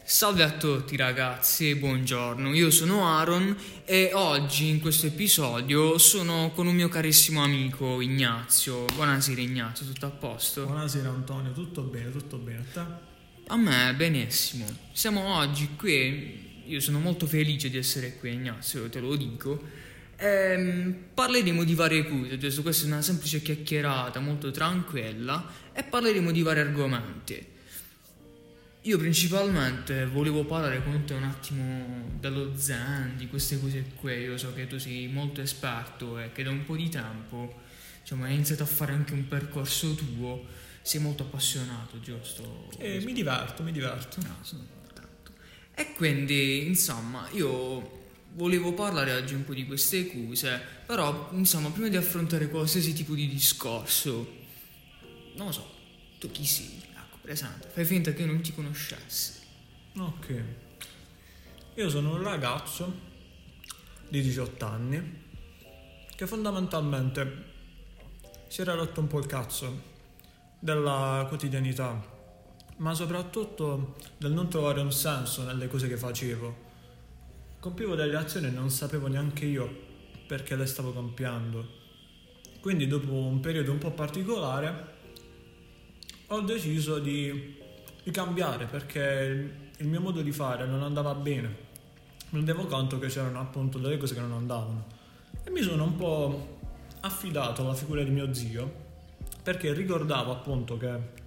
Salve a tutti ragazzi e buongiorno, io sono Aaron e oggi in questo episodio sono con un mio carissimo amico Ignazio. Buonasera Ignazio, tutto a posto? Buonasera Antonio, tutto bene, a te? A me benissimo. Siamo oggi qui, io sono molto felice di essere qui Ignazio, te lo dico. Parleremo di varie cose, adesso questa è una semplice chiacchierata molto tranquilla e parleremo di vari argomenti. Io principalmente volevo parlare con te un attimo dello Zen, di queste cose qui. Io so che tu sei molto esperto e che da un po' di tempo, hai iniziato a fare anche un percorso tuo. Sei molto appassionato, giusto? Mi diverto. No, sono contento. E quindi, insomma, io volevo parlare oggi un po' di queste cose, però, insomma, prima di affrontare qualsiasi tipo di discorso, non lo so, tu chi sei? Presente, fai finta che io non ti conoscessi. Ok. Io sono un ragazzo di 18 anni che fondamentalmente si era rotto un po' il cazzo della quotidianità, ma soprattutto del non trovare un senso nelle cose che facevo. Compivo delle azioni e non sapevo neanche io perché le stavo compiendo. Quindi dopo un periodo un po' particolare ho deciso di cambiare perché il mio modo di fare non andava bene. Mi rendevo conto che c'erano appunto delle cose che non andavano e mi sono un po' affidato alla figura di mio zio perché ricordavo appunto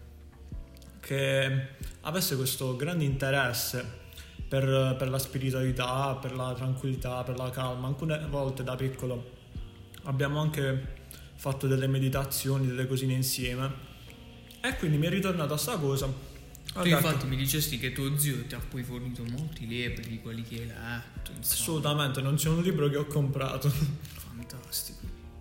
che avesse questo grande interesse per la spiritualità, per la tranquillità, per la calma. Alcune volte da piccolo abbiamo anche fatto delle meditazioni, delle cosine insieme. E quindi mi è ritornata sta cosa. Tu infatti mi dicesti che tuo zio ti ha poi fornito molti libri di quelli che hai letto, insomma. Assolutamente, non c'è un libro che ho comprato. Fantastico.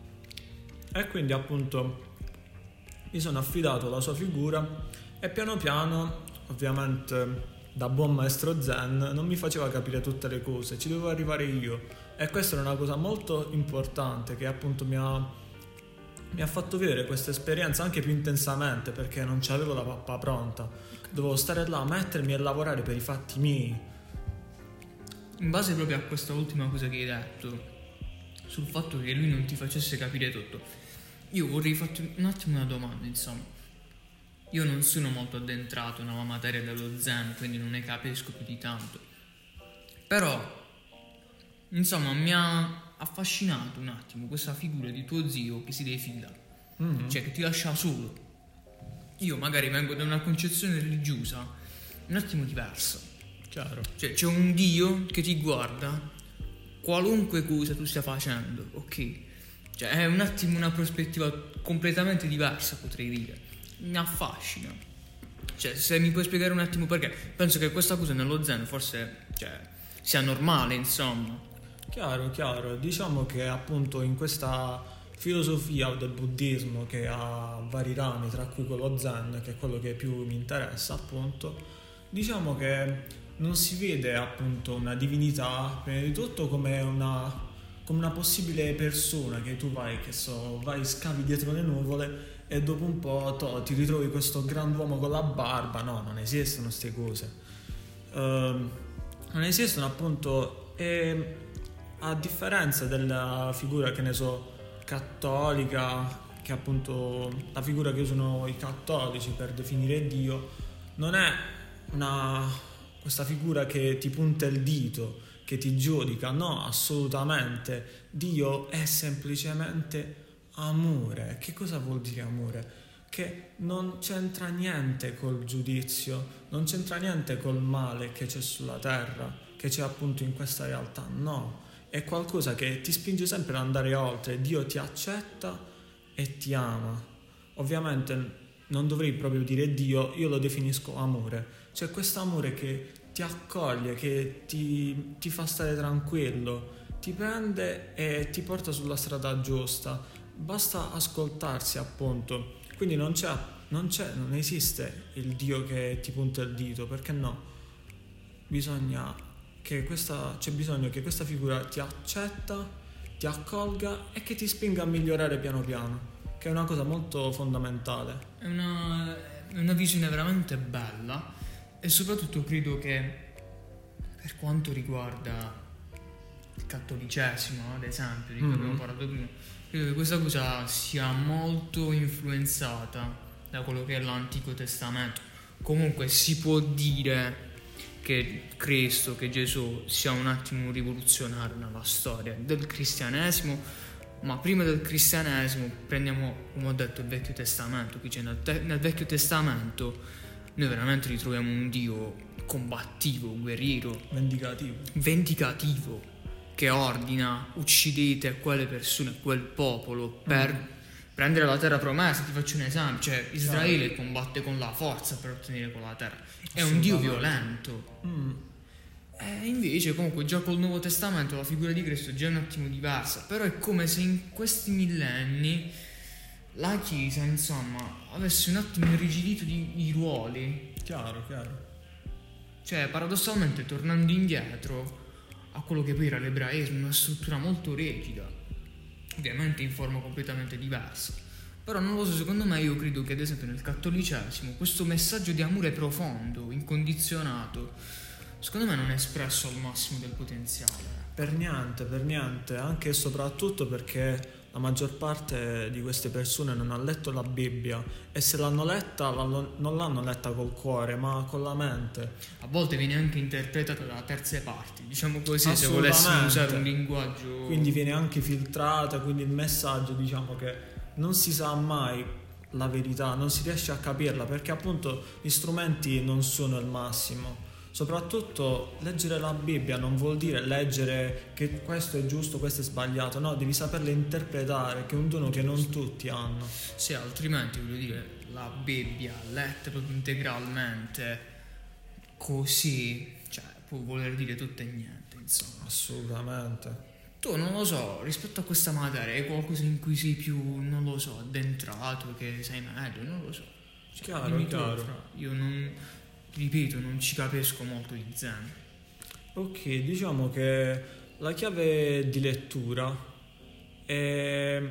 E quindi appunto mi sono affidato alla sua figura e piano piano, ovviamente da buon maestro Zen, non mi faceva capire tutte le cose, ci dovevo arrivare io. E questa era una cosa molto importante che appunto mi ha fatto vivere questa esperienza anche più intensamente perché non c'avevo la pappa pronta, dovevo stare là, mettermi e lavorare per i fatti miei. In base proprio a questa ultima cosa che hai detto, sul fatto che lui non ti facesse capire tutto, io vorrei farti un attimo una domanda, insomma. Io non sono molto addentrato nella materia dello Zen, quindi non ne capisco più di tanto, però insomma mi ha affascinato un attimo questa figura di tuo zio che si defila, cioè che ti lascia solo. Io magari vengo da una concezione religiosa un attimo diversa. Chiaro. Cioè c'è un Dio che ti guarda qualunque cosa tu stia facendo, ok? Cioè è un attimo una prospettiva completamente diversa, potrei dire. Mi affascina. Cioè se mi puoi spiegare un attimo perché, penso che questa cosa nello Zen forse sia normale, insomma. Chiaro, diciamo che appunto in questa filosofia del buddismo che ha vari rami, tra cui quello Zen, che è quello che più mi interessa appunto, diciamo che non si vede appunto una divinità, prima di tutto come una possibile persona che tu vai, scavi dietro le nuvole e dopo un po' ti ritrovi questo grand'uomo con la barba. No, non esistono queste cose. Non esistono appunto. A differenza della figura, che ne so, cattolica, che appunto la figura che usano i cattolici per definire Dio, non è questa figura che ti punta il dito, che ti giudica. No, assolutamente. Dio è semplicemente amore. Che cosa vuol dire amore? Che non c'entra niente col giudizio, non c'entra niente col male che c'è sulla terra, che c'è appunto in questa realtà. No, è qualcosa che ti spinge sempre ad andare oltre. Dio ti accetta e ti ama. Ovviamente non dovrei proprio dire Dio, io lo definisco amore. Cioè questo amore che ti accoglie, che ti fa stare tranquillo, ti prende e ti porta sulla strada giusta. Basta ascoltarsi appunto. Quindi non esiste il Dio che ti punta il dito, perché no? C'è bisogno che questa figura ti accetta, ti accolga e che ti spinga a migliorare piano piano, che è una cosa molto fondamentale. È una visione veramente bella e soprattutto credo che Per quanto riguarda il cattolicesimo, ad esempio, di cui abbiamo parlato prima, credo che questa cosa sia molto influenzata da quello che è l'Antico Testamento. Comunque si può dire che Cristo, che Gesù sia un attimo un rivoluzionario nella storia del cristianesimo, ma prima del cristianesimo prendiamo, come ho detto, il Vecchio Testamento. Qui c'è nel Vecchio Testamento noi veramente ritroviamo un Dio combattivo, guerriero, vendicativo, che ordina: uccidete quelle persone, quel popolo per prendere la terra promessa. Ti faccio un esempio, cioè Israele combatte con la forza per ottenere quella terra, è un Dio violento. Invece comunque già col Nuovo Testamento la figura di Cristo è già un attimo diversa, però è come se in questi millenni la Chiesa, insomma, avesse un attimo irrigidito i ruoli. Chiaro. Cioè, paradossalmente, tornando indietro a quello che poi era l'ebraismo, una struttura molto rigida, ovviamente in forma completamente diversa. Però non lo so, secondo me, io credo che ad esempio nel cattolicesimo questo messaggio di amore profondo, incondizionato, secondo me non è espresso al massimo del potenziale. Per niente, anche e soprattutto perché la maggior parte di queste persone non ha letto la Bibbia, e se l'hanno letta non l'hanno letta col cuore ma con la mente. A volte viene anche interpretata da terze parti, diciamo così, se volessimo usare un linguaggio. Quindi viene anche filtrata, quindi il messaggio, diciamo che non si sa mai la verità, non si riesce a capirla perché appunto gli strumenti non sono il massimo. Soprattutto leggere la Bibbia non vuol dire leggere che questo è giusto, questo è sbagliato, no, devi saperla interpretare, che è un dono che non tutti hanno. Sì, altrimenti voglio dire, la Bibbia letta proprio integralmente così, cioè può voler dire tutto e niente, insomma. Assolutamente. Tu non lo so, rispetto a questa materia hai qualcosa in cui sei più, non lo so, addentrato, che sai meglio, non lo so. Cioè, Chiaro. Io non, ripeto, non ci capisco molto di Zen. Ok, diciamo che la chiave di lettura è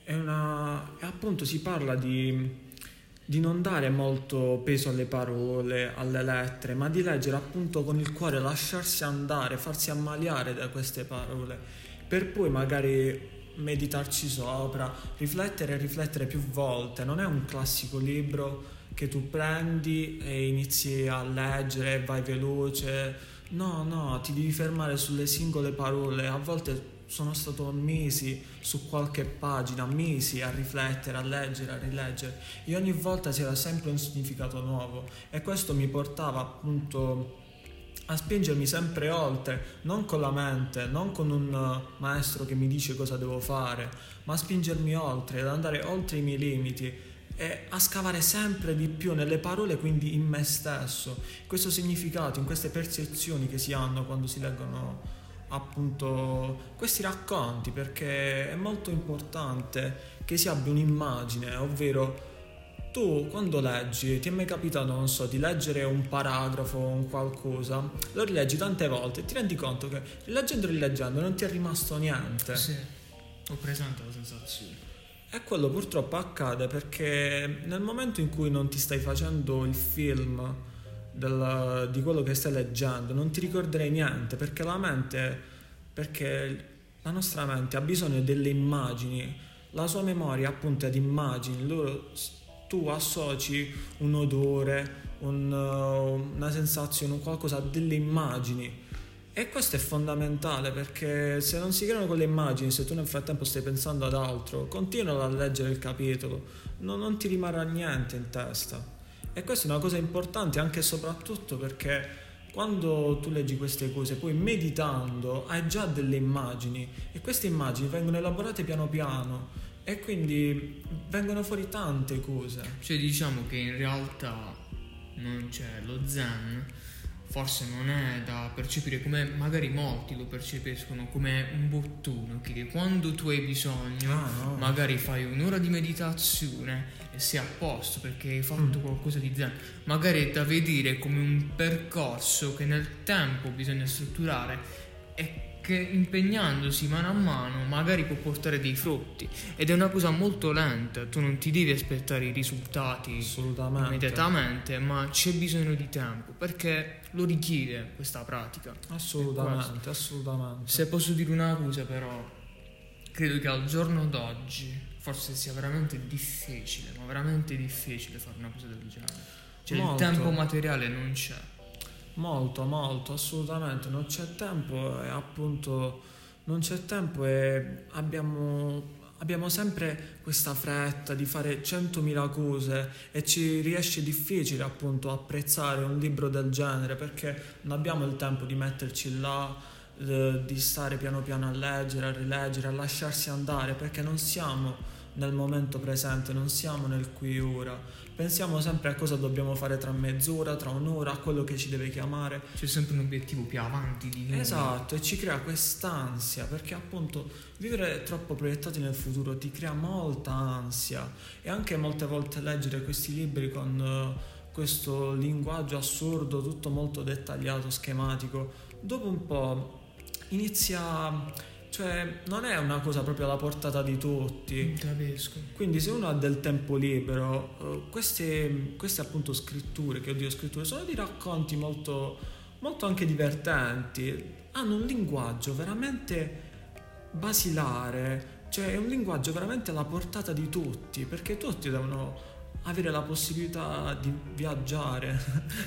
appunto si parla di non dare molto peso alle parole, alle lettere, ma di leggere appunto con il cuore, lasciarsi andare, farsi ammaliare da queste parole, per poi magari meditarci sopra, riflettere più volte. Non è un classico libro che tu prendi e inizi a leggere, vai veloce. No, ti devi fermare sulle singole parole. A volte sono stato mesi su qualche pagina, mesi a riflettere, a leggere, a rileggere, e ogni volta c'era sempre un significato nuovo, e questo mi portava appunto a spingermi sempre oltre, non con la mente, non con un maestro che mi dice cosa devo fare, ma a spingermi oltre, ad andare oltre i miei limiti e a scavare sempre di più nelle parole, quindi in me stesso, questo significato, in queste percezioni che si hanno quando si leggono appunto questi racconti, perché è molto importante che si abbia un'immagine, ovvero tu quando leggi, ti è mai capitato, non so, di leggere un paragrafo o un qualcosa, lo rileggi tante volte e ti rendi conto che rileggendo non ti è rimasto niente. Sì, ho presente la sensazione. E quello purtroppo accade perché nel momento in cui non ti stai facendo il film di quello che stai leggendo, non ti ricorderai niente, perché la nostra mente ha bisogno delle immagini, la sua memoria appunto è di immagini. Tu associ un odore, una sensazione, un qualcosa a delle immagini, e questo è fondamentale, perché se non si creano quelle immagini, se tu nel frattempo stai pensando ad altro, continua a leggere il capitolo, non ti rimarrà niente in testa. E questa è una cosa importante anche e soprattutto perché quando tu leggi queste cose, poi meditando hai già delle immagini, e queste immagini vengono elaborate piano piano e quindi vengono fuori tante cose. Cioè diciamo che in realtà non c'è lo Zen, forse non è da percepire come magari molti lo percepiscono, come un bottone, che quando tu hai bisogno magari fai un'ora di meditazione e sei a posto perché hai fatto qualcosa di Zen. Magari è da vedere come un percorso che nel tempo bisogna strutturare e che impegnandosi mano a mano magari può portare dei frutti, ed è una cosa molto lenta, tu non ti devi aspettare i risultati Assolutamente. immediatamente, ma c'è bisogno di tempo perché lo richiede questa pratica. Assolutamente, assolutamente. Se posso dire una cosa però, credo che al giorno d'oggi forse sia veramente difficile, ma veramente difficile fare una cosa del genere. Cioè il Molto. tempo materiale non c'è. Molto, molto, assolutamente, non c'è tempo e appunto non c'è tempo e abbiamo sempre questa fretta di fare 100.000 cose e ci riesce difficile appunto apprezzare un libro del genere perché non abbiamo il tempo di metterci là, di stare piano piano a leggere, a rileggere, a lasciarsi andare perché non siamo nel momento presente, non siamo nel qui e ora. Pensiamo sempre a cosa dobbiamo fare tra mezz'ora, tra un'ora, a quello che ci deve chiamare. C'è sempre un obiettivo più avanti di noi. Esatto, e ci crea quest'ansia perché appunto vivere troppo proiettati nel futuro ti crea molta ansia e anche molte volte leggere questi libri con questo linguaggio assurdo, tutto molto dettagliato, schematico, dopo un po' inizia, cioè non è una cosa proprio alla portata di tutti. Capisco. Quindi se uno ha del tempo libero, queste appunto scritture, che oddio scritture, sono dei racconti molto, molto anche divertenti, hanno un linguaggio veramente basilare, cioè è un linguaggio veramente alla portata di tutti, perché tutti devono avere la possibilità di viaggiare,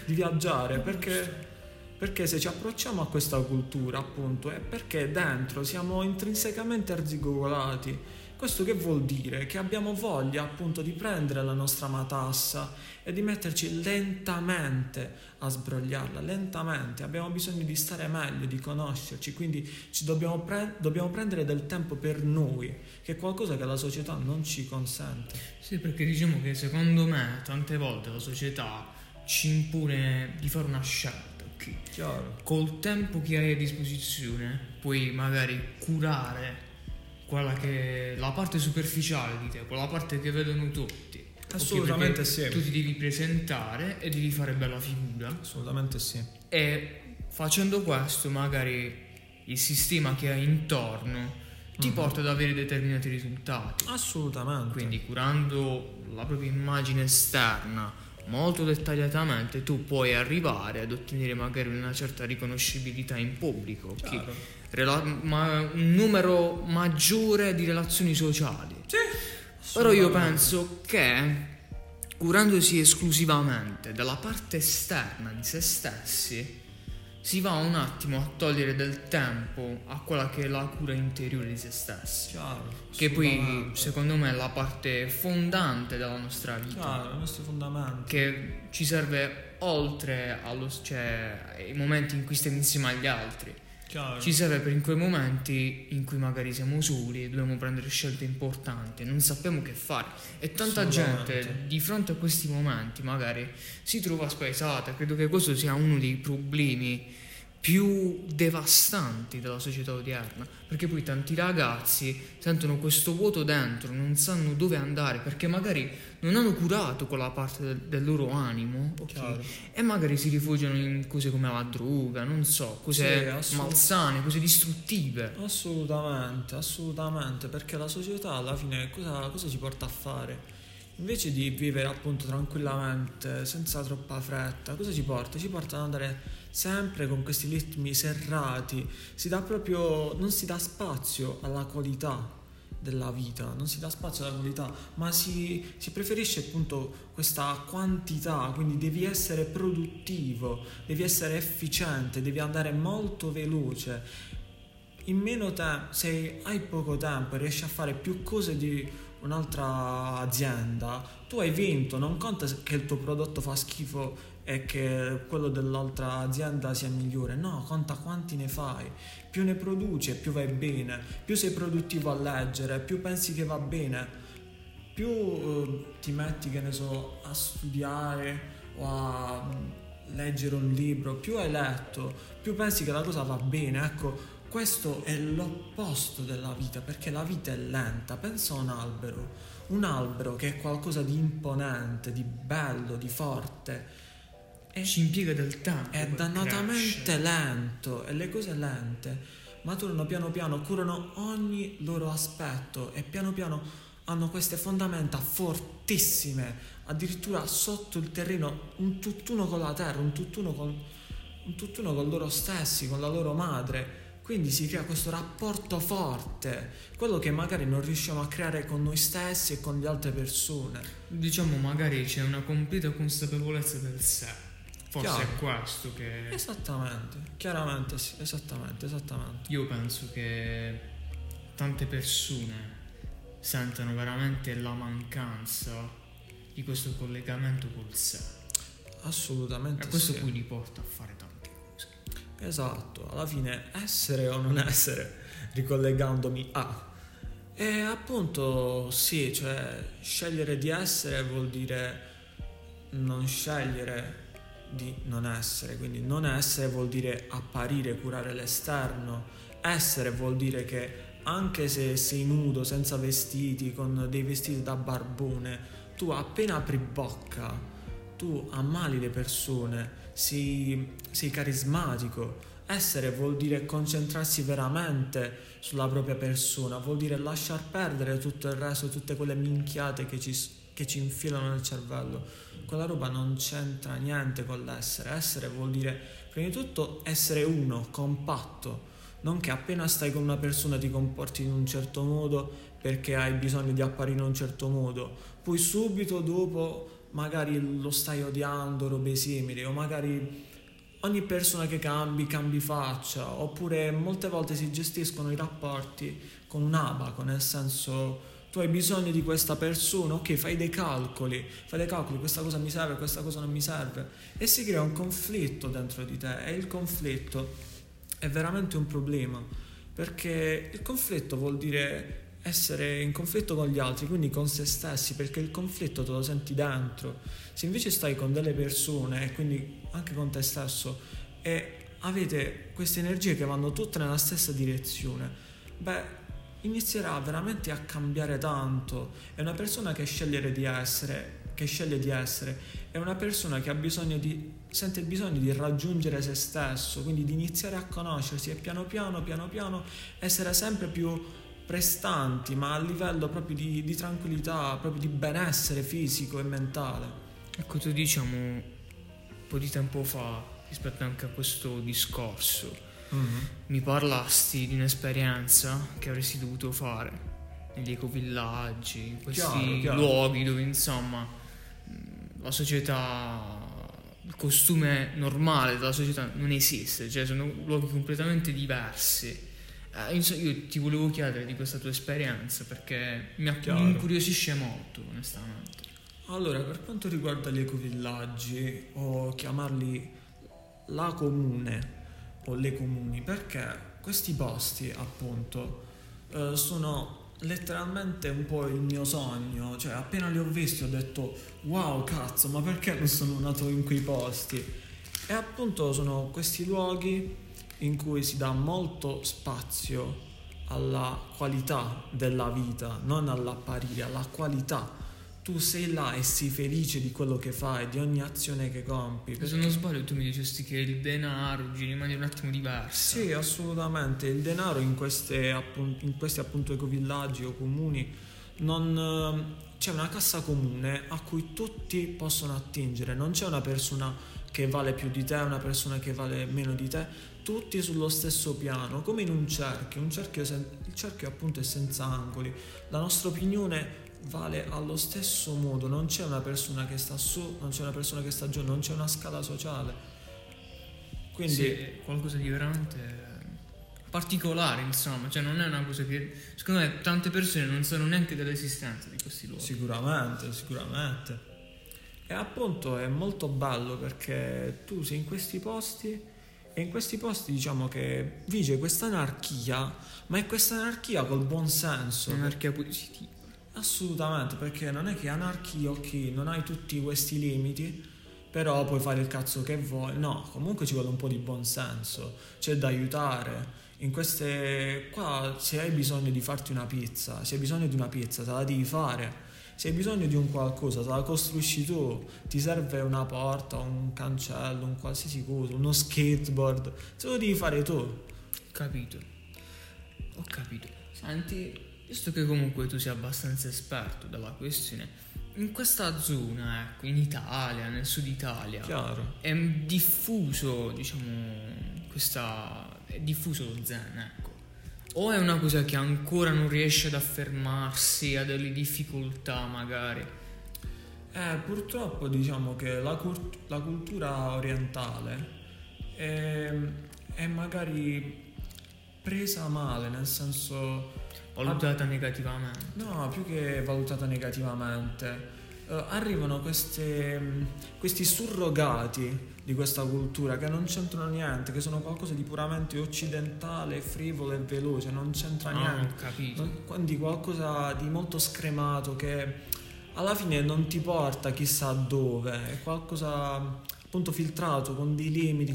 perché se ci approcciamo a questa cultura appunto è perché dentro siamo intrinsecamente arzigogolati. Questo che vuol dire? Che abbiamo voglia appunto di prendere la nostra matassa e di metterci lentamente a sbrogliarla, lentamente. Abbiamo bisogno di stare meglio, di conoscerci, quindi ci dobbiamo prendere del tempo per noi, che è qualcosa che la società non ci consente. Sì, perché diciamo che secondo me tante volte la società ci impone di fare una scelta. Chiaro. Col tempo che hai a disposizione puoi magari curare quella che è la parte superficiale di te, quella parte che vedono tutti. Assolutamente Perché sì. tu ti devi presentare e devi fare bella figura, Assolutamente sì. e facendo questo magari il sistema che hai intorno ti porta ad avere determinati risultati. Assolutamente. Quindi curando la propria immagine esterna molto dettagliatamente tu puoi arrivare ad ottenere magari una certa riconoscibilità in pubblico, Chiaro. un numero maggiore di relazioni sociali. Sì. Però io penso che curandosi esclusivamente dalla parte esterna di se stessi si va un attimo a togliere del tempo a quella che è la cura interiore di se stessi, Chiaro. che poi Assolutamente. secondo me è la parte fondante della nostra vita, Chiaro, i nostri fondamenti. che ci serve oltre ai momenti in cui stiamo insieme agli altri. Chiaro. Ci serve per in quei momenti in cui magari siamo soli e dobbiamo prendere scelte importanti, non sappiamo che fare, e tanta Assolutamente. gente di fronte a questi momenti magari si trova spaesata. Credo che questo sia uno dei problemi più devastanti della società odierna, perché poi tanti ragazzi sentono questo vuoto dentro, non sanno dove andare perché magari non hanno curato quella parte del loro animo, Chiaro. e magari si rifugiano in cose come la droga, non so, cose Sì, malsane, cose distruttive. Assolutamente, assolutamente, perché la società alla fine cosa ci porta a fare? Invece di vivere appunto tranquillamente, senza troppa fretta, cosa ci porta? Ci porta ad andare sempre con questi ritmi serrati, non si dà spazio alla qualità della vita, non si dà spazio alla qualità, ma si preferisce appunto questa quantità, quindi devi essere produttivo, devi essere efficiente, devi andare molto veloce. In meno tempo, se hai poco tempo e riesci a fare più cose di un'altra azienda, tu hai vinto. Non conta che il tuo prodotto fa schifo e che quello dell'altra azienda sia migliore, no, conta quanti ne fai. Più ne produci, più vai bene, più sei produttivo a leggere, più pensi che va bene, più ti metti, che ne so, a studiare o a leggere un libro, più hai letto, più pensi che la cosa va bene. Ecco, questo è l'opposto della vita, perché la vita è lenta. Pensa a un albero che è qualcosa di imponente, di bello, di forte, Ci impiega del tempo è per dannatamente crescere. lento, e le cose lente maturano piano piano, curano ogni loro aspetto e piano piano hanno queste fondamenta fortissime, addirittura sotto il terreno, un tutt'uno con la terra, un tutt'uno con loro stessi, con la loro madre. Quindi si crea questo rapporto forte, quello che magari non riusciamo a creare con noi stessi e con le altre persone. Diciamo, magari c'è una completa consapevolezza del sé. Forse Chiaro. è questo che... Esattamente, chiaramente sì, esattamente. Io penso che tante persone sentano veramente la mancanza di questo collegamento col sé. Assolutamente E questo sì. poi li porta a fare tante cose. Esatto, alla fine essere o non essere, ricollegandomi a. E appunto sì, cioè scegliere di essere vuol dire non scegliere di non essere, quindi non essere vuol dire apparire, curare l'esterno, essere vuol dire che anche se sei nudo, senza vestiti, con dei vestiti da barbone, tu appena apri bocca, tu ammali le persone, sei carismatico. Essere vuol dire concentrarsi veramente sulla propria persona, vuol dire lasciar perdere tutto il resto, tutte quelle minchiate che ci infilano nel cervello. Quella roba non c'entra niente con l'essere. Essere vuol dire, prima di tutto, essere uno, compatto. Non che appena stai con una persona ti comporti in un certo modo perché hai bisogno di apparire in un certo modo. Poi subito dopo magari lo stai odiando, robe simili, o magari ogni persona che cambi faccia, oppure molte volte si gestiscono i rapporti con un abaco, nel senso tu hai bisogno di questa persona, ok, fai dei calcoli, questa cosa mi serve, questa cosa non mi serve, e si crea un conflitto dentro di te, e il conflitto è veramente un problema, perché il conflitto vuol dire essere in conflitto con gli altri, quindi con se stessi, perché il conflitto te lo senti dentro. Se invece stai con delle persone e quindi anche con te stesso e avete queste energie che vanno tutte nella stessa direzione, beh, inizierà veramente a cambiare tanto. È una persona che sceglie di essere, è una persona che sente il bisogno di raggiungere se stesso, quindi di iniziare a conoscersi e piano piano essere sempre più prestanti, ma a livello proprio di tranquillità, proprio di benessere fisico e mentale. Ecco, tu diciamo un po' di tempo fa, rispetto anche a questo discorso, mi parlasti di un'esperienza che avresti dovuto fare negli ecovillaggi, in questi Chiaro. luoghi dove insomma la società, il costume normale della società non esiste, cioè sono luoghi completamente diversi. Io ti volevo chiedere di questa tua esperienza perché mi incuriosisce molto, onestamente. Allora, per quanto riguarda gli ecovillaggi, o chiamarli la comune o le comuni, perché questi posti appunto sono letteralmente un po' il mio sogno, cioè appena li ho visti ho detto wow, cazzo, ma perché non sono nato in quei posti? E appunto sono questi luoghi in cui si dà molto spazio alla qualità della vita, non all'apparire, alla qualità. Tu sei là e sei felice di quello che fai, di ogni azione che compi. Se non sbaglio tu mi dicesti che il denaro gira in maniera un attimo diversa. Sì, assolutamente. Il denaro in questi appunto ecovillaggi o comuni non c'è una cassa comune a cui tutti possono attingere. Non c'è una persona che vale più di te, una persona che vale meno di te, tutti sullo stesso piano, come in un cerchio. Il cerchio appunto è senza angoli. La nostra opinione vale allo stesso modo, non c'è una persona che sta su, non c'è una persona che sta giù, non c'è una scala sociale. Quindi sì, è qualcosa di veramente particolare, insomma, cioè non è una cosa che secondo me tante persone non sanno neanche dell'esistenza di questi luoghi. Sicuramente. E appunto è molto bello perché tu sei in questi posti e in questi posti diciamo che vige questa anarchia, ma è questa anarchia col buon senso. Un'anarchia positiva. Assolutamente, perché non è che anarchia, ok, non hai tutti questi limiti, però puoi fare il cazzo che vuoi. No, comunque ci vuole un po' di buon senso, c'è da aiutare. In queste qua, se hai bisogno di farti una pizza, se hai bisogno di una pizza, te la devi fare. Se hai bisogno di un qualcosa, te la costruisci tu. Ti serve una porta, un cancello, un qualsiasi cosa, uno skateboard, se lo devi fare tu. Capito. Ho capito. Senti, visto che comunque tu sei abbastanza esperto della questione, in questa zona, ecco, in Italia, nel sud Italia, Chiaro. è diffuso, diciamo, è diffuso lo zen, ecco. O è una cosa che ancora non riesce ad affermarsi, ha delle difficoltà magari? Purtroppo diciamo che la cultura orientale è magari presa male, nel senso Valutata negativamente? no, più che valutata negativamente. Arrivano questi surrogati di questa cultura che non c'entrano niente, che sono qualcosa di puramente occidentale, frivolo e veloce, non c'entra Ho niente. capito. Quindi qualcosa di molto scremato che alla fine non ti porta chissà dove, è qualcosa appunto filtrato con dei limiti,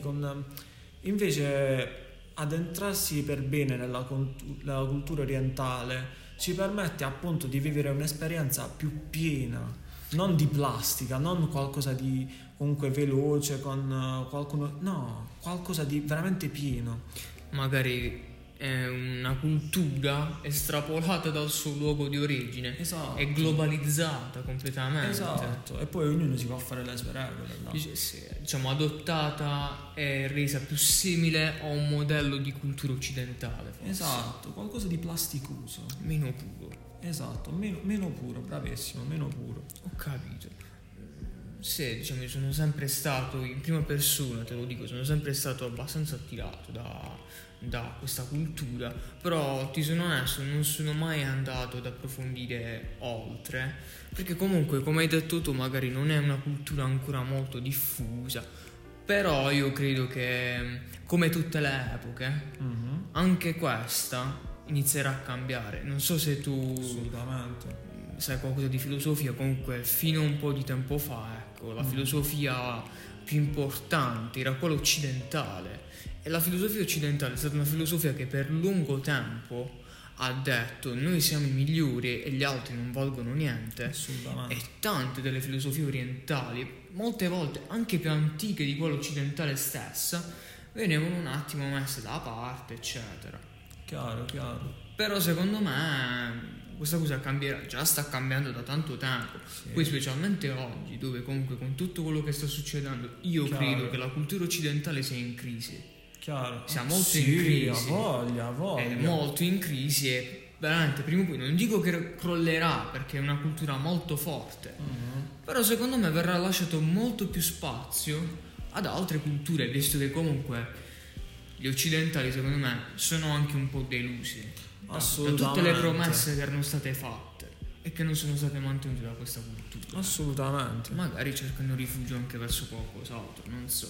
invece addentrarsi per bene nella cultura orientale ci permette appunto di vivere un'esperienza più piena, non di plastica, non qualcosa di comunque veloce con qualcuno, no, qualcosa di veramente pieno. Magari è una cultura estrapolata dal suo luogo di origine, Esatto. è globalizzata completamente. Esatto, e poi ognuno si va a fare le sue regole là. Diciamo adottata e resa più simile a un modello di cultura occidentale, forse. Esatto, qualcosa di plasticoso. Meno puro. Esatto, meno puro, bravissimo, meno puro. Ho capito. Sì, diciamo, io sono sempre stato in prima persona, te lo dico, sono sempre stato abbastanza attirato da questa cultura, però ti sono onesto, non sono mai andato ad approfondire oltre, perché comunque, come hai detto tu, magari non è una cultura ancora molto diffusa, però io credo che, come tutte le epoche, anche questa inizierà a cambiare. Non so se tu Assolutamente. sai qualcosa di filosofia, comunque fino a un po' di tempo fa, ecco, la filosofia più importante era quella occidentale, e la filosofia occidentale è stata una filosofia che per lungo tempo ha detto noi siamo i migliori e gli altri non valgono niente, Assolutamente. e tante delle filosofie orientali, molte volte anche più antiche di quella occidentale stessa, venivano un attimo messe da parte, eccetera. Chiaro. Però secondo me questa cosa cambierà, già sta cambiando da tanto tempo, Sì. poi specialmente oggi, dove comunque con tutto quello che sta succedendo io Chiaro. credo che la cultura occidentale sia in crisi. Chiaro. Sia molto Sì, in crisi. ha voglia. È molto in crisi e veramente prima o poi, non dico che crollerà perché è una cultura molto forte, però secondo me verrà lasciato molto più spazio ad altre culture, visto che comunque gli occidentali secondo me sono anche un po' delusi da tutte le promesse che erano state fatte e che non sono state mantenute da questa cultura. Assolutamente. Magari cercano rifugio anche verso qualcos'altro, non so.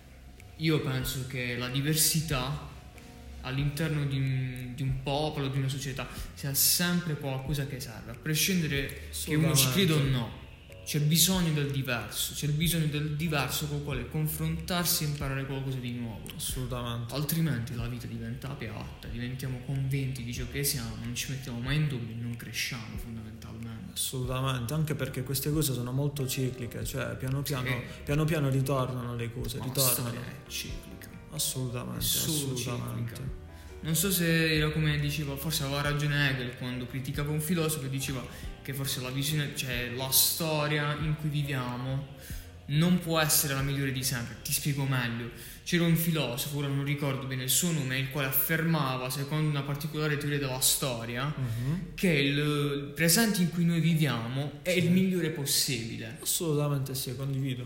Io penso che la diversità all'interno di un popolo, di una società, sia sempre qualcosa che serve, a prescindere che uno ci creda o no. C'è bisogno del diverso, c'è il bisogno del diverso con il quale confrontarsi e imparare qualcosa di nuovo. Assolutamente. Altrimenti la vita diventa piatta, diventiamo convinti di ciò che siamo, non ci mettiamo mai in dubbio e non cresciamo fondamentalmente. Assolutamente, anche perché queste cose sono molto cicliche, cioè piano piano ritornano le cose, Ma la ritornano. storia è ciclica. Assolutamente, Solo assolutamente. ciclica. Non so se era come diceva, forse aveva ragione Hegel quando criticava un filosofo e diceva che forse la visione, cioè la storia in cui viviamo non può essere la migliore di sempre. Ti spiego meglio. C'era un filosofo, ora non ricordo bene il suo nome, il quale affermava, secondo una particolare teoria della storia, che il presente in cui noi viviamo è il migliore possibile. Assolutamente sì, condivido.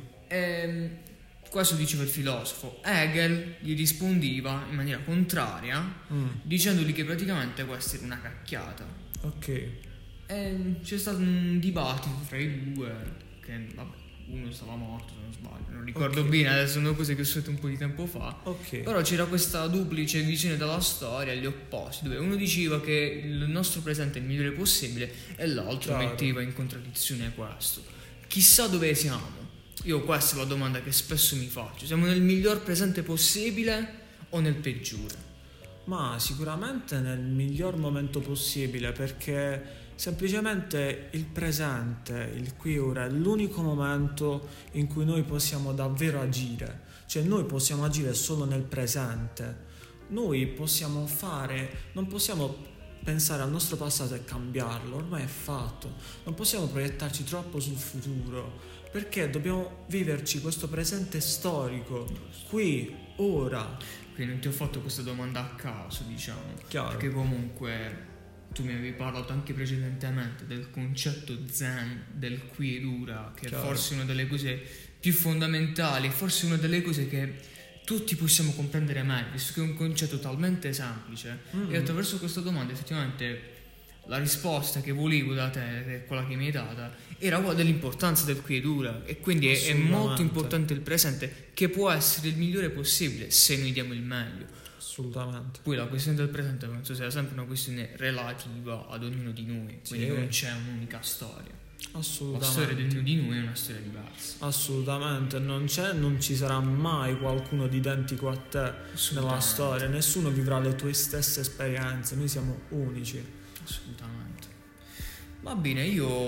Questo diceva il filosofo. Hegel gli rispondeva in maniera contraria, dicendogli che praticamente questa era una cacchiata. Ok. E c'è stato un dibattito tra i due, che vabbè, uno stava morto se non sbaglio, non ricordo bene, adesso sono cose che ho sentito un po' di tempo fa. Ok. Però c'era questa duplice visione della storia, gli opposti, dove uno diceva che il nostro presente è il migliore possibile e l'altro Chiaro. metteva in contraddizione questo. Chissà dove siamo. Io questa è la domanda che spesso mi faccio. Siamo nel miglior presente possibile o nel peggiore? Ma sicuramente nel miglior momento possibile, perché semplicemente il presente, il qui e ora, è l'unico momento in cui noi possiamo davvero agire. Cioè noi possiamo agire solo nel presente. noi possiamo fare, non possiamo pensare al nostro passato e cambiarlo, ormai è fatto, non possiamo proiettarci troppo sul futuro, perché dobbiamo viverci questo presente storico, qui, ora. Quindi non ti ho fatto questa domanda a caso, diciamo, Chiaro. perché comunque tu mi avevi parlato anche precedentemente del concetto zen, del qui ed ora, che Chiaro. è forse una delle cose più fondamentali, forse una delle cose che tutti possiamo comprendere meglio, visto che è un concetto talmente semplice. E attraverso questa domanda effettivamente la risposta che volevo da te, che è quella che mi hai data, era quella dell'importanza del qui ed ora, e quindi è molto importante il presente, che può essere il migliore possibile se noi diamo il meglio. Assolutamente. Poi la questione del presente penso sia sempre una questione relativa ad ognuno di noi, quindi non c'è un'unica storia. Assolutamente. La storia di ognuno di noi è una storia diversa. Assolutamente, non ci sarà mai qualcuno di identico a te nella storia, nessuno vivrà le tue stesse esperienze, noi siamo unici. Assolutamente. Va bene,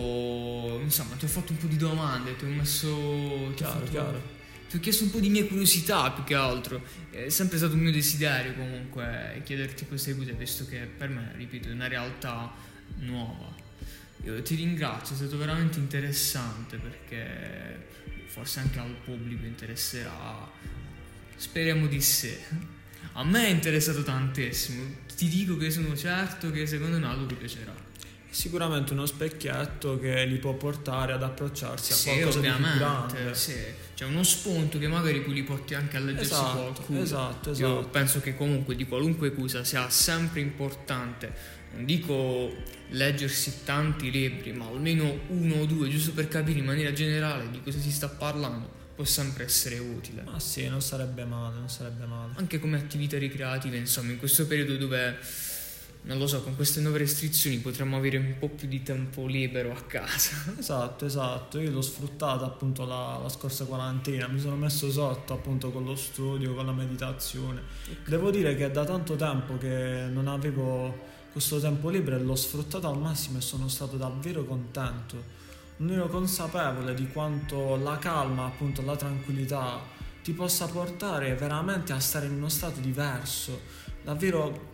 io insomma ti ho fatto un po' di domande, ti ho messo... Chiaro. Ti ho chiesto un po' di mie curiosità più che altro. È sempre stato un mio desiderio comunque chiederti queste cose, visto che per me, ripeto, è una realtà nuova. Io ti ringrazio, è stato veramente interessante, perché forse anche al pubblico interesserà. Speriamo di sé. A me è interessato tantissimo. Ti dico che sono certo che secondo me a lui piacerà. Sicuramente uno specchietto che li può portare ad approcciarsi a qualcosa di più grande. Sì, c'è uno spunto che magari poi li porti anche a leggersi qualcuno. Esatto. Io penso che comunque di qualunque cosa sia sempre importante, non dico leggersi tanti libri, ma almeno uno o due, giusto per capire in maniera generale di cosa si sta parlando, può sempre essere utile. Ma sì, non sarebbe male. Anche come attività ricreative, insomma, in questo periodo dove, non lo so, con queste nuove restrizioni potremmo avere un po' più di tempo libero a casa. Esatto, io l'ho sfruttata appunto la scorsa quarantina, mi sono messo sotto appunto con lo studio, con la meditazione. Devo dire che da tanto tempo che non avevo questo tempo libero e l'ho sfruttato al massimo e sono stato davvero contento. Non ero consapevole di quanto la calma, appunto la tranquillità ti possa portare veramente a stare in uno stato diverso, davvero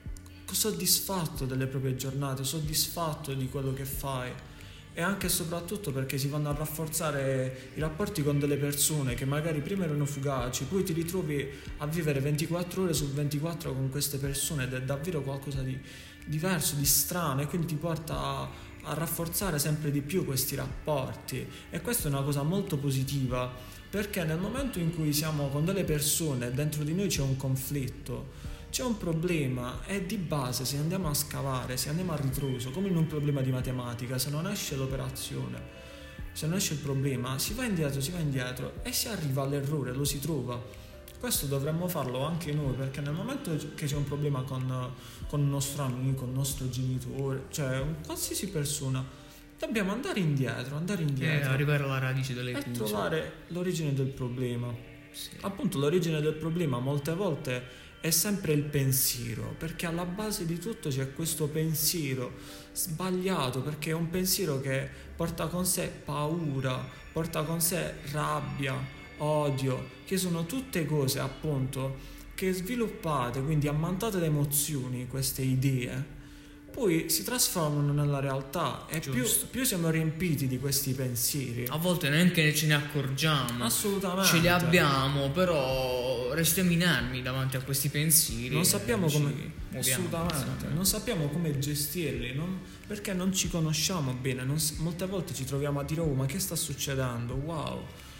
soddisfatto delle proprie giornate, soddisfatto di quello che fai, e anche e soprattutto perché si vanno a rafforzare i rapporti con delle persone che magari prima erano fugaci, poi ti ritrovi a vivere 24 ore su 24 con queste persone ed è davvero qualcosa di diverso, di strano, e quindi ti porta a rafforzare sempre di più questi rapporti, e questa è una cosa molto positiva, perché nel momento in cui siamo con delle persone e dentro di noi c'è un conflitto, c'è un problema, e di base se andiamo a scavare, se andiamo a ritroso, come in un problema di matematica, se non esce l'operazione, se non esce il problema, si va indietro e si arriva all'errore, lo si trova. Questo dovremmo farlo anche noi, perché nel momento che c'è un problema con un nostro amico, un nostro genitore, cioè qualsiasi persona, dobbiamo andare indietro E arrivare alla radice delle cose, e trovare l'origine del problema. Sì. Appunto l'origine del problema molte volte è sempre il pensiero, perché alla base di tutto c'è questo pensiero sbagliato, perché è un pensiero che porta con sé paura, porta con sé rabbia, odio, che sono tutte cose appunto che sviluppate, quindi ammantate da emozioni, queste idee poi si trasformano nella realtà, e più siamo riempiti di questi pensieri, a volte neanche ce ne accorgiamo. Assolutamente. Ce li abbiamo, però restiamo inermi davanti a questi pensieri. Non sappiamo come muoviamo, assolutamente, non sappiamo come gestirli, perché non ci conosciamo bene, molte volte ci troviamo a dire oh, ma che sta succedendo? Wow.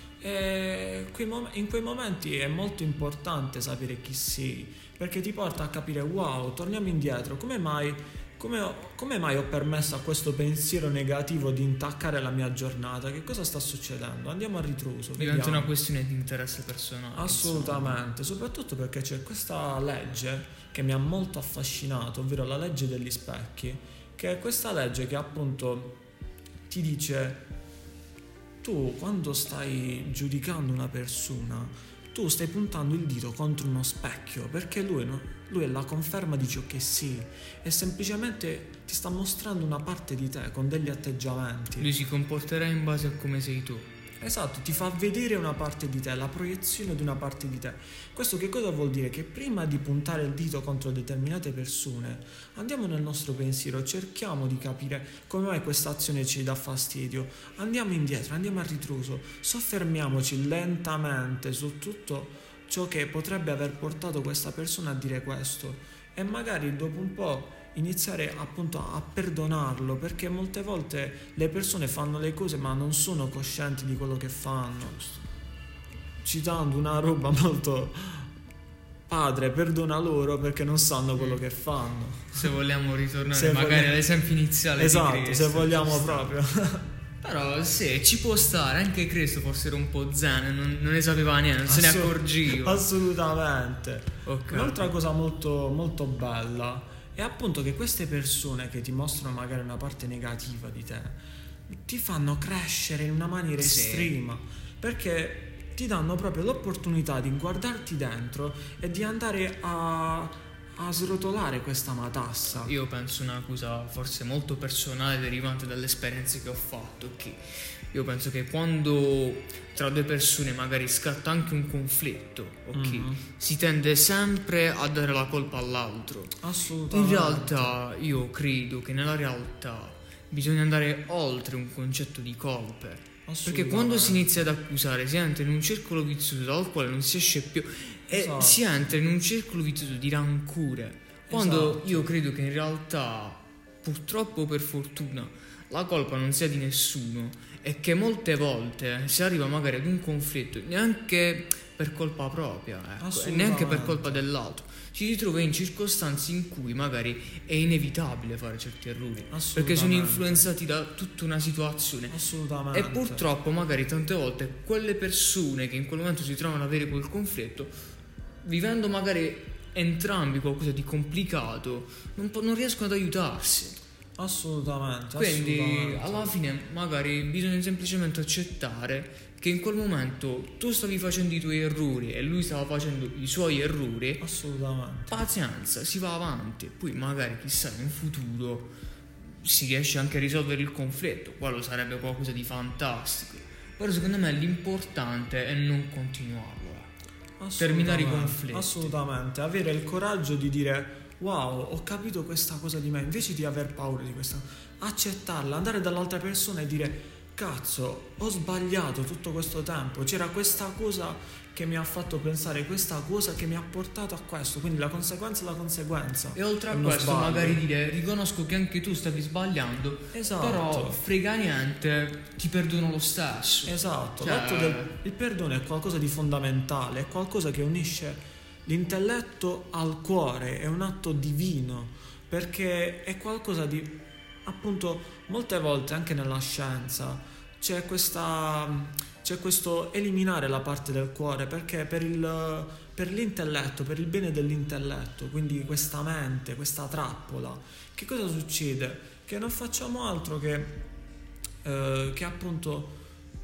E in quei momenti è molto importante sapere chi sei, perché ti porta a capire wow, torniamo indietro, come mai ho permesso a questo pensiero negativo di intaccare la mia giornata? Che cosa sta succedendo? Andiamo a ritroso. Diventa una questione di interesse personale. Assolutamente, soprattutto perché c'è questa legge che mi ha molto affascinato, ovvero la legge degli specchi, che è questa legge che appunto ti dice: tu quando stai giudicando una persona, tu stai puntando il dito contro uno specchio, perché lui è la conferma di ciò che sei, e semplicemente ti sta mostrando una parte di te con degli atteggiamenti. Lui si comporterà in base a come sei tu. Esatto, ti fa vedere una parte di te, la proiezione di una parte di te. Questo che cosa vuol dire? Che prima di puntare il dito contro determinate persone, andiamo nel nostro pensiero, cerchiamo di capire come mai questa azione ci dà fastidio, andiamo indietro, andiamo a ritroso, soffermiamoci lentamente su tutto ciò che potrebbe aver portato questa persona a dire questo e magari dopo un po' iniziare appunto a perdonarlo, perché molte volte le persone fanno le cose ma non sono coscienti di quello che fanno. Citando una roba molto: padre, perdona loro perché non sanno quello che fanno. Se vogliamo ritornare magari all'esempio iniziale, esatto, di Cristo, se vogliamo proprio. Però sì, ci può stare, anche Cristo forse era un po' zen, non ne sapeva niente, non se ne accorgeva. Assolutamente. Okay. Un'altra cosa molto, molto bella è appunto che queste persone che ti mostrano magari una parte negativa di te ti fanno crescere in una maniera estrema, perché ti danno proprio l'opportunità di guardarti dentro e di andare a srotolare questa matassa. Io penso una cosa forse molto personale derivante dalle esperienze che ho fatto, che io penso che quando tra due persone magari scatta anche un conflitto, si tende sempre a dare la colpa all'altro. Assolutamente. In realtà io credo che nella realtà bisogna andare oltre un concetto di colpe, perché quando si inizia ad accusare si entra in un circolo vizioso dal quale non si esce più e si entra in un circolo vizioso di rancore, quando io credo che in realtà, purtroppo o per fortuna, la colpa non sia di nessuno e che molte volte si arriva magari ad un conflitto neanche per colpa propria, e neanche per colpa dell'altro, ci ritrova in circostanze in cui magari è inevitabile fare certi errori perché sono influenzati da tutta una situazione. Assolutamente. E purtroppo magari tante volte quelle persone che in quel momento si trovano ad avere quel conflitto, vivendo magari entrambi qualcosa di complicato, non riescono ad aiutarsi. Assolutamente. Quindi alla fine magari bisogna semplicemente accettare che in quel momento tu stavi facendo i tuoi errori e lui stava facendo i suoi errori. Assolutamente. Pazienza, si va avanti, poi magari chissà in futuro si riesce anche a risolvere il conflitto, quello sarebbe qualcosa di fantastico. Però secondo me l'importante è non continuarlo, terminare i conflitti. Assolutamente, avere il coraggio di dire: wow, ho capito questa cosa di me, invece di aver paura di questa, accettarla, andare dall'altra persona e dire: cazzo, ho sbagliato tutto questo tempo, c'era questa cosa che mi ha fatto pensare, questa cosa che mi ha portato a questo, quindi la conseguenza è la conseguenza. E oltre a questo magari dire: riconosco che anche tu stavi sbagliando, però frega niente, ti perdono lo stesso. Esatto, il perdono è qualcosa di fondamentale, è qualcosa che unisce l'intelletto al cuore, è un atto divino, perché è qualcosa di, appunto, molte volte anche nella scienza c'è questo eliminare la parte del cuore, perché per l'intelletto, per il bene dell'intelletto, quindi questa mente, questa trappola, che cosa succede? Che non facciamo altro che appunto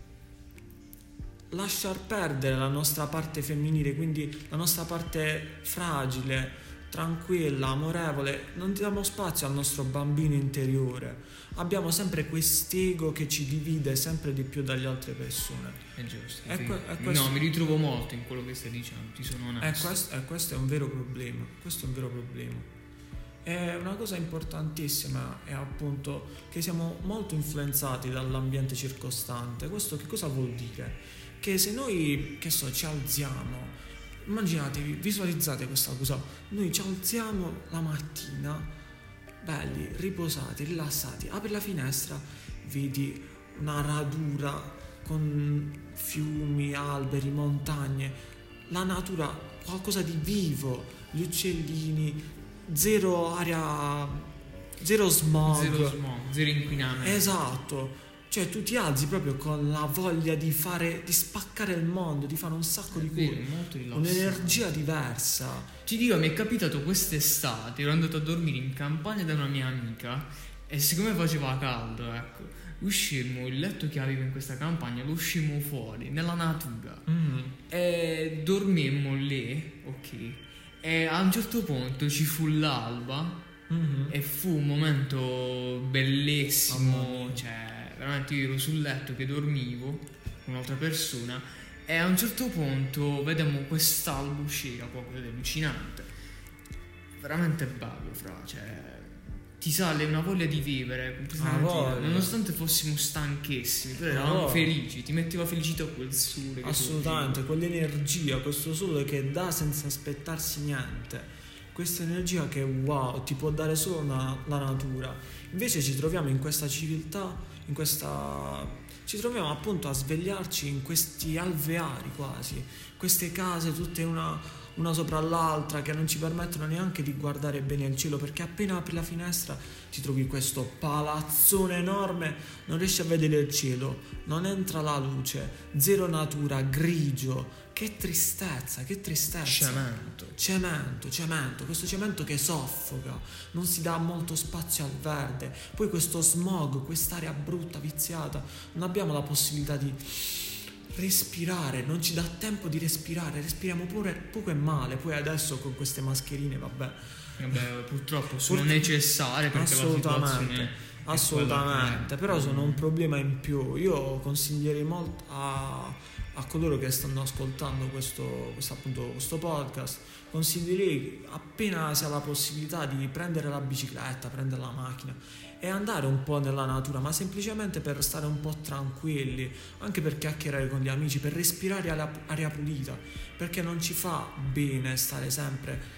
lasciar perdere la nostra parte femminile, quindi la nostra parte fragile, tranquilla, amorevole. Non diamo spazio al nostro bambino interiore. Abbiamo sempre quest'ego che ci divide sempre di più dalle altre persone. È giusto. No, mi ritrovo molto in quello che stai dicendo, ti sono onesto. Questo è un vero problema. Questo è un vero problema. È una cosa importantissima, è appunto che siamo molto influenzati dall'ambiente circostante. Questo che cosa vuol dire? Che se noi, ci alziamo, immaginatevi, visualizzate questa cosa, noi ci alziamo la mattina, belli, riposati, rilassati, apri la finestra, vedi una radura con fiumi, alberi, montagne, la natura, qualcosa di vivo, gli uccellini, zero aria, zero smog, zero inquinamento. Esatto. Cioè tu ti alzi proprio con la voglia di spaccare il mondo, di fare un sacco di cose, un'energia diversa. Ti dico, mi è capitato quest'estate, ero andato a dormire in campagna da una mia amica e siccome faceva caldo, uscimmo, il letto che avevo in questa campagna lo uscimmo fuori, nella natura, e dormimmo lì, e a un certo punto ci fu l'alba, e fu un momento bellissimo, veramente io ero sul letto che dormivo con un'altra persona, e a un certo punto vediamo quest'albo uscire, qualcosa di allucinante, veramente bello, cioè ti sale una voglia di vivere nonostante fossimo stanchissimi, però eravamo felici, ti metteva felicità quel sole, assolutamente, quell'energia, questo sole che dà senza aspettarsi niente, questa energia che wow, ti può dare solo la natura. Invece ci troviamo in questa civiltà, ci troviamo appunto a svegliarci in questi alveari quasi, queste case tutte una sopra l'altra che non ci permettono neanche di guardare bene il cielo, perché appena apri la finestra ti trovi questo palazzone enorme, non riesci a vedere il cielo, non entra la luce, zero natura, grigio, che tristezza. Cemento, questo cemento che soffoca, non si dà molto spazio al verde, poi questo smog, quest'aria brutta, viziata, non abbiamo la possibilità di respirare, non ci dà tempo di respirare, respiriamo pure poco e male. Poi adesso con queste mascherine purtroppo sono necessarie, perché assolutamente, però sono un problema in più. Io consiglierei molto a coloro che stanno ascoltando questo podcast, consiglierei, appena si ha la possibilità, di prendere la bicicletta, prendere la macchina e andare un po' nella natura, ma semplicemente per stare un po' tranquilli, anche per chiacchierare con gli amici, per respirare aria pulita, perché non ci fa bene stare sempre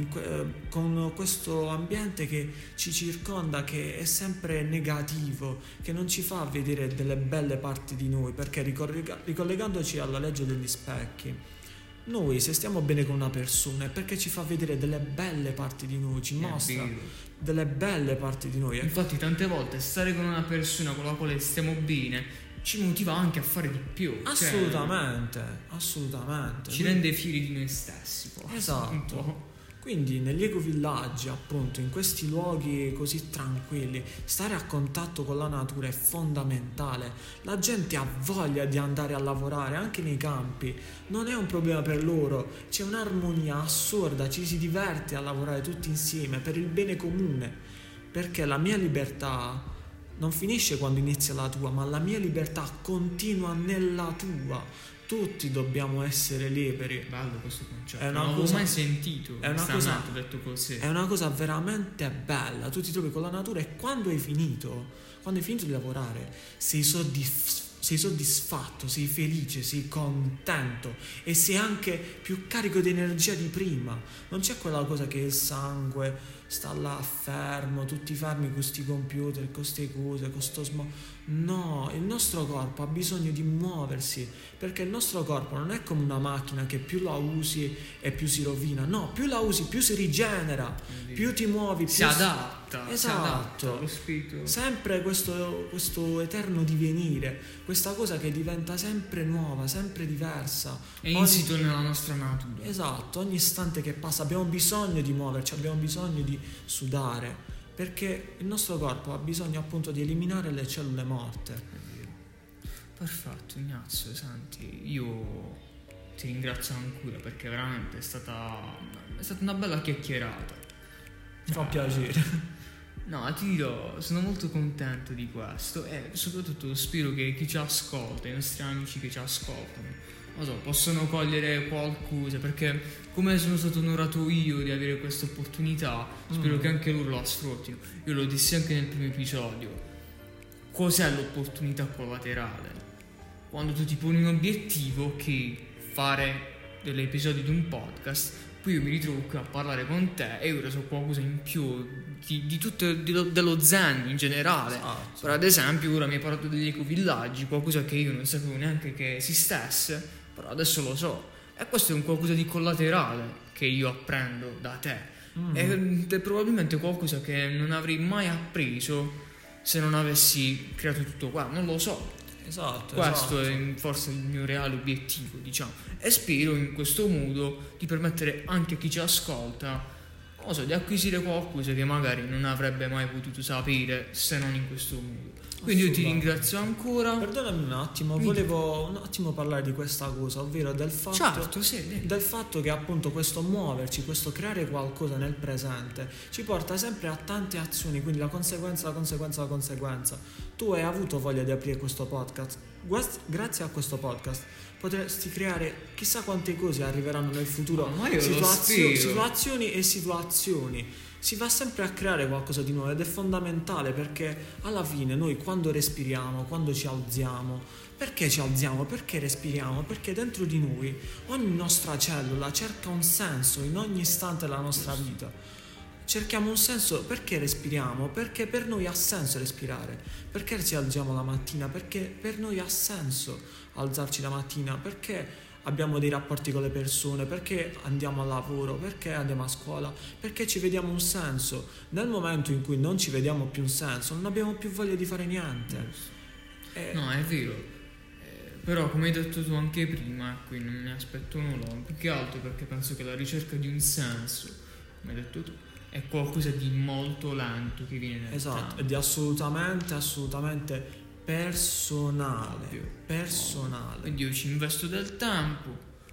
con questo ambiente che ci circonda, che è sempre negativo, che non ci fa vedere delle belle parti di noi, perché ricollegandoci alla legge degli specchi, noi se stiamo bene con una persona è perché ci fa vedere delle belle parti di noi, ci mostra delle belle parti di noi. Infatti tante volte stare con una persona con la quale stiamo bene ci motiva anche a fare di più. Assolutamente. Ci rende fieri di noi stessi. Esatto. Quindi negli ecovillaggi, appunto, in questi luoghi così tranquilli, stare a contatto con la natura è fondamentale. La gente ha voglia di andare a lavorare anche nei campi, non è un problema per loro, c'è un'armonia assurda, ci si diverte a lavorare tutti insieme per il bene comune, perché la mia libertà non finisce quando inizia la tua, ma la mia libertà continua nella tua. Tutti dobbiamo essere liberi. Bello questo concetto. Non l'avevo mai sentito. Detto così. È una cosa veramente bella. Tu ti trovi con la natura e quando hai finito di lavorare, sei soddisfatto, sei felice, sei contento e sei anche più carico di energia di prima. Non c'è quella cosa che il sangue sta là fermo, tutti fermi con questi computer, con queste cose, con sto No, il nostro corpo ha bisogno di muoversi, perché il nostro corpo non è come una macchina che più la usi e più si rovina. No, più la usi più si rigenera, più ti muovi, più si adatta. Esatto. Si adatta allo spirito. Sempre questo eterno divenire, questa cosa che diventa sempre nuova, sempre diversa. È insito nella nostra natura. Esatto, ogni istante che passa abbiamo bisogno di muoverci, abbiamo bisogno di sudare, perché il nostro corpo ha bisogno appunto di eliminare le cellule morte. Perfetto, Ignazio, senti, io ti ringrazio ancora, perché veramente è stata una bella chiacchierata. Mi fa piacere. No, ti dirò, sono molto contento di questo e soprattutto spero che chi ci ascolta, i nostri amici che ci ascoltano, non so, possono cogliere qualcosa, perché come sono stato onorato io di avere questa opportunità, spero che anche loro la sfruttino. Io lo dissi anche nel primo episodio: cos'è l'opportunità collaterale? Quando tu ti poni un obiettivo, che fare degli episodi di un podcast, poi io mi ritrovo qui a parlare con te e ora so qualcosa in più di tutto, dello zen in generale. Esatto. Per ad esempio ora mi hai parlato degli ecovillaggi, qualcosa che io non sapevo neanche che esistesse, però adesso lo so, e questo è un qualcosa di collaterale che io apprendo da te, ed è probabilmente qualcosa che non avrei mai appreso se non avessi creato tutto qua, non lo so. Esatto. Questo è forse il mio reale obiettivo, diciamo, e spero in questo modo di permettere anche a chi ci ascolta, non so, di acquisire qualcosa che magari non avrebbe mai potuto sapere se non in questo modo. Quindi io ti ringrazio ancora. Perdonami un attimo, volevo un attimo parlare di questa cosa, ovvero del fatto che appunto questo muoverci, questo creare qualcosa nel presente ci porta sempre a tante azioni, quindi la conseguenza. Tu hai avuto voglia di aprire questo podcast grazie a questo podcast potresti creare chissà quante cose arriveranno nel futuro, ma io lo spero. situazioni e situazioni. Si va sempre a creare qualcosa di nuovo ed è fondamentale, perché alla fine noi quando respiriamo, quando ci alziamo, perché ci alziamo? Perché respiriamo? Perché dentro di noi ogni nostra cellula cerca un senso in ogni istante della nostra vita. Cerchiamo un senso. Perché respiriamo? Perché per noi ha senso respirare. Perché ci alziamo la mattina? Perché per noi ha senso alzarci la mattina. Perché abbiamo dei rapporti con le persone, perché andiamo al lavoro, perché andiamo a scuola, perché ci vediamo un senso. Nel momento in cui non ci vediamo più un senso, non abbiamo più voglia di fare niente. No, è vero. Però come hai detto tu anche prima, qui non mi aspetto nulla, più che altro perché penso che la ricerca di un senso, come hai detto tu, è qualcosa di molto lento che viene nel tempo. Ed è assolutamente personale. Quindi io ci investo del tempo,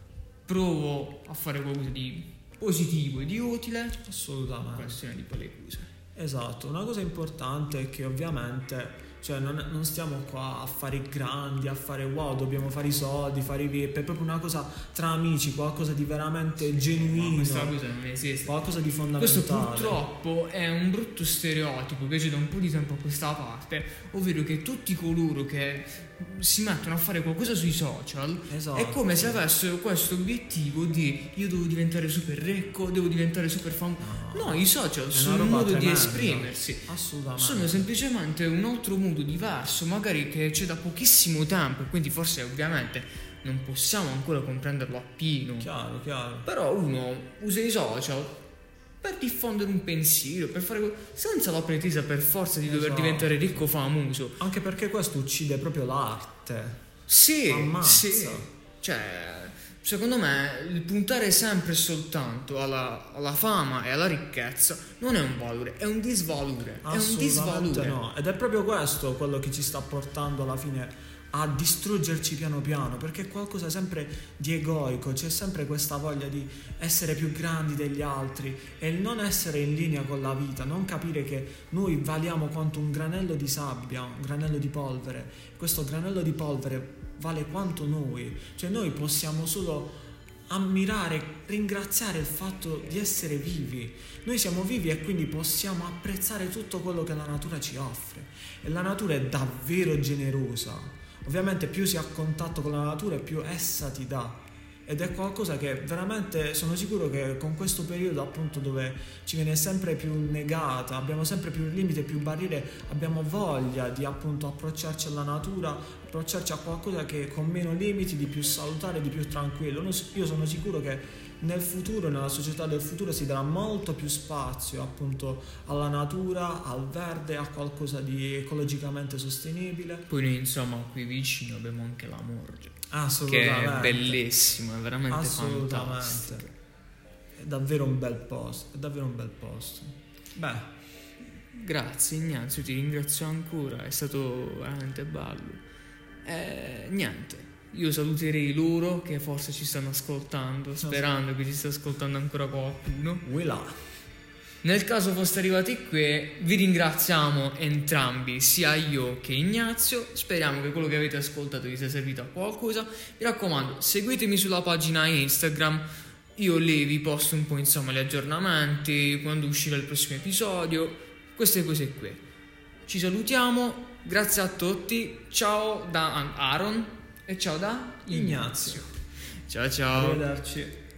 provo a fare qualcosa di positivo e di utile. Assolutamente. Questione di quelle cose. Esatto, una cosa importante è che ovviamente non stiamo qua a fare i grandi, a fare wow, dobbiamo fare i soldi, fare i VIP, è proprio una cosa tra amici, qualcosa di veramente genuino. Ma questa cosa non esiste. Qualcosa di fondamentale. Questo purtroppo è un brutto stereotipo che c'è da un po' di tempo a questa parte, ovvero che tutti coloro che si mettono a fare qualcosa sui social, esatto, è come se avessero questo obiettivo di io devo diventare super ricco, devo diventare super famoso. No, i social sono un modo di esprimersi. Assolutamente. Sono semplicemente un altro modo diverso, magari che c'è da pochissimo tempo, e quindi forse ovviamente non possiamo ancora comprenderlo appieno. Chiaro. Però uno usa i social per diffondere un pensiero, per fare senza la pretesa per forza di dover diventare ricco o famoso. Anche perché questo uccide proprio l'arte. Sì, ammazza. Sì. Cioè, secondo me il puntare sempre e soltanto alla fama e alla ricchezza non è un valore, è un disvalore. È un disvalore. No. Ed è proprio questo quello che ci sta portando alla fine a distruggerci piano piano, perché è qualcosa sempre di egoico, c'è sempre questa voglia di essere più grandi degli altri e il non essere in linea con la vita, non capire che noi valiamo quanto un granello di sabbia, un granello di polvere. Questo granello di polvere vale quanto noi, cioè noi possiamo solo ammirare, ringraziare il fatto di essere vivi. Noi siamo vivi e quindi possiamo apprezzare tutto quello che la natura ci offre, e la natura è davvero generosa. Ovviamente più si ha contatto con la natura più essa ti dà, ed è qualcosa che veramente sono sicuro che con questo periodo appunto dove ci viene sempre più negata, abbiamo sempre più limiti, più barriere, abbiamo voglia di appunto approcciarci alla natura, approcciarci a qualcosa che con meno limiti, di più salutare, di più tranquillo. Io sono sicuro che nel futuro, nella società del futuro, si darà molto più spazio appunto alla natura, al verde, a qualcosa di ecologicamente sostenibile. Poi noi insomma qui vicino abbiamo anche la Morgia, assolutamente, che è bellissimo, è veramente assolutamente fantastico. È davvero un bel posto, Beh, grazie Ignazio, ti ringrazio ancora, è stato veramente bello. Niente, io saluterei loro che forse ci stanno ascoltando, sperando che ci stia ascoltando ancora qualcuno. Nel caso foste arrivati qui, vi ringraziamo entrambi, sia io che Ignazio. Speriamo che quello che avete ascoltato vi sia servito a qualcosa. Mi raccomando, seguitemi sulla pagina Instagram, io lì vi posto un po' insomma gli aggiornamenti, quando uscirà il prossimo episodio, queste cose qui. Ci salutiamo, grazie a tutti, ciao da Aaron e ciao da Ignazio. Ciao. Arrivederci.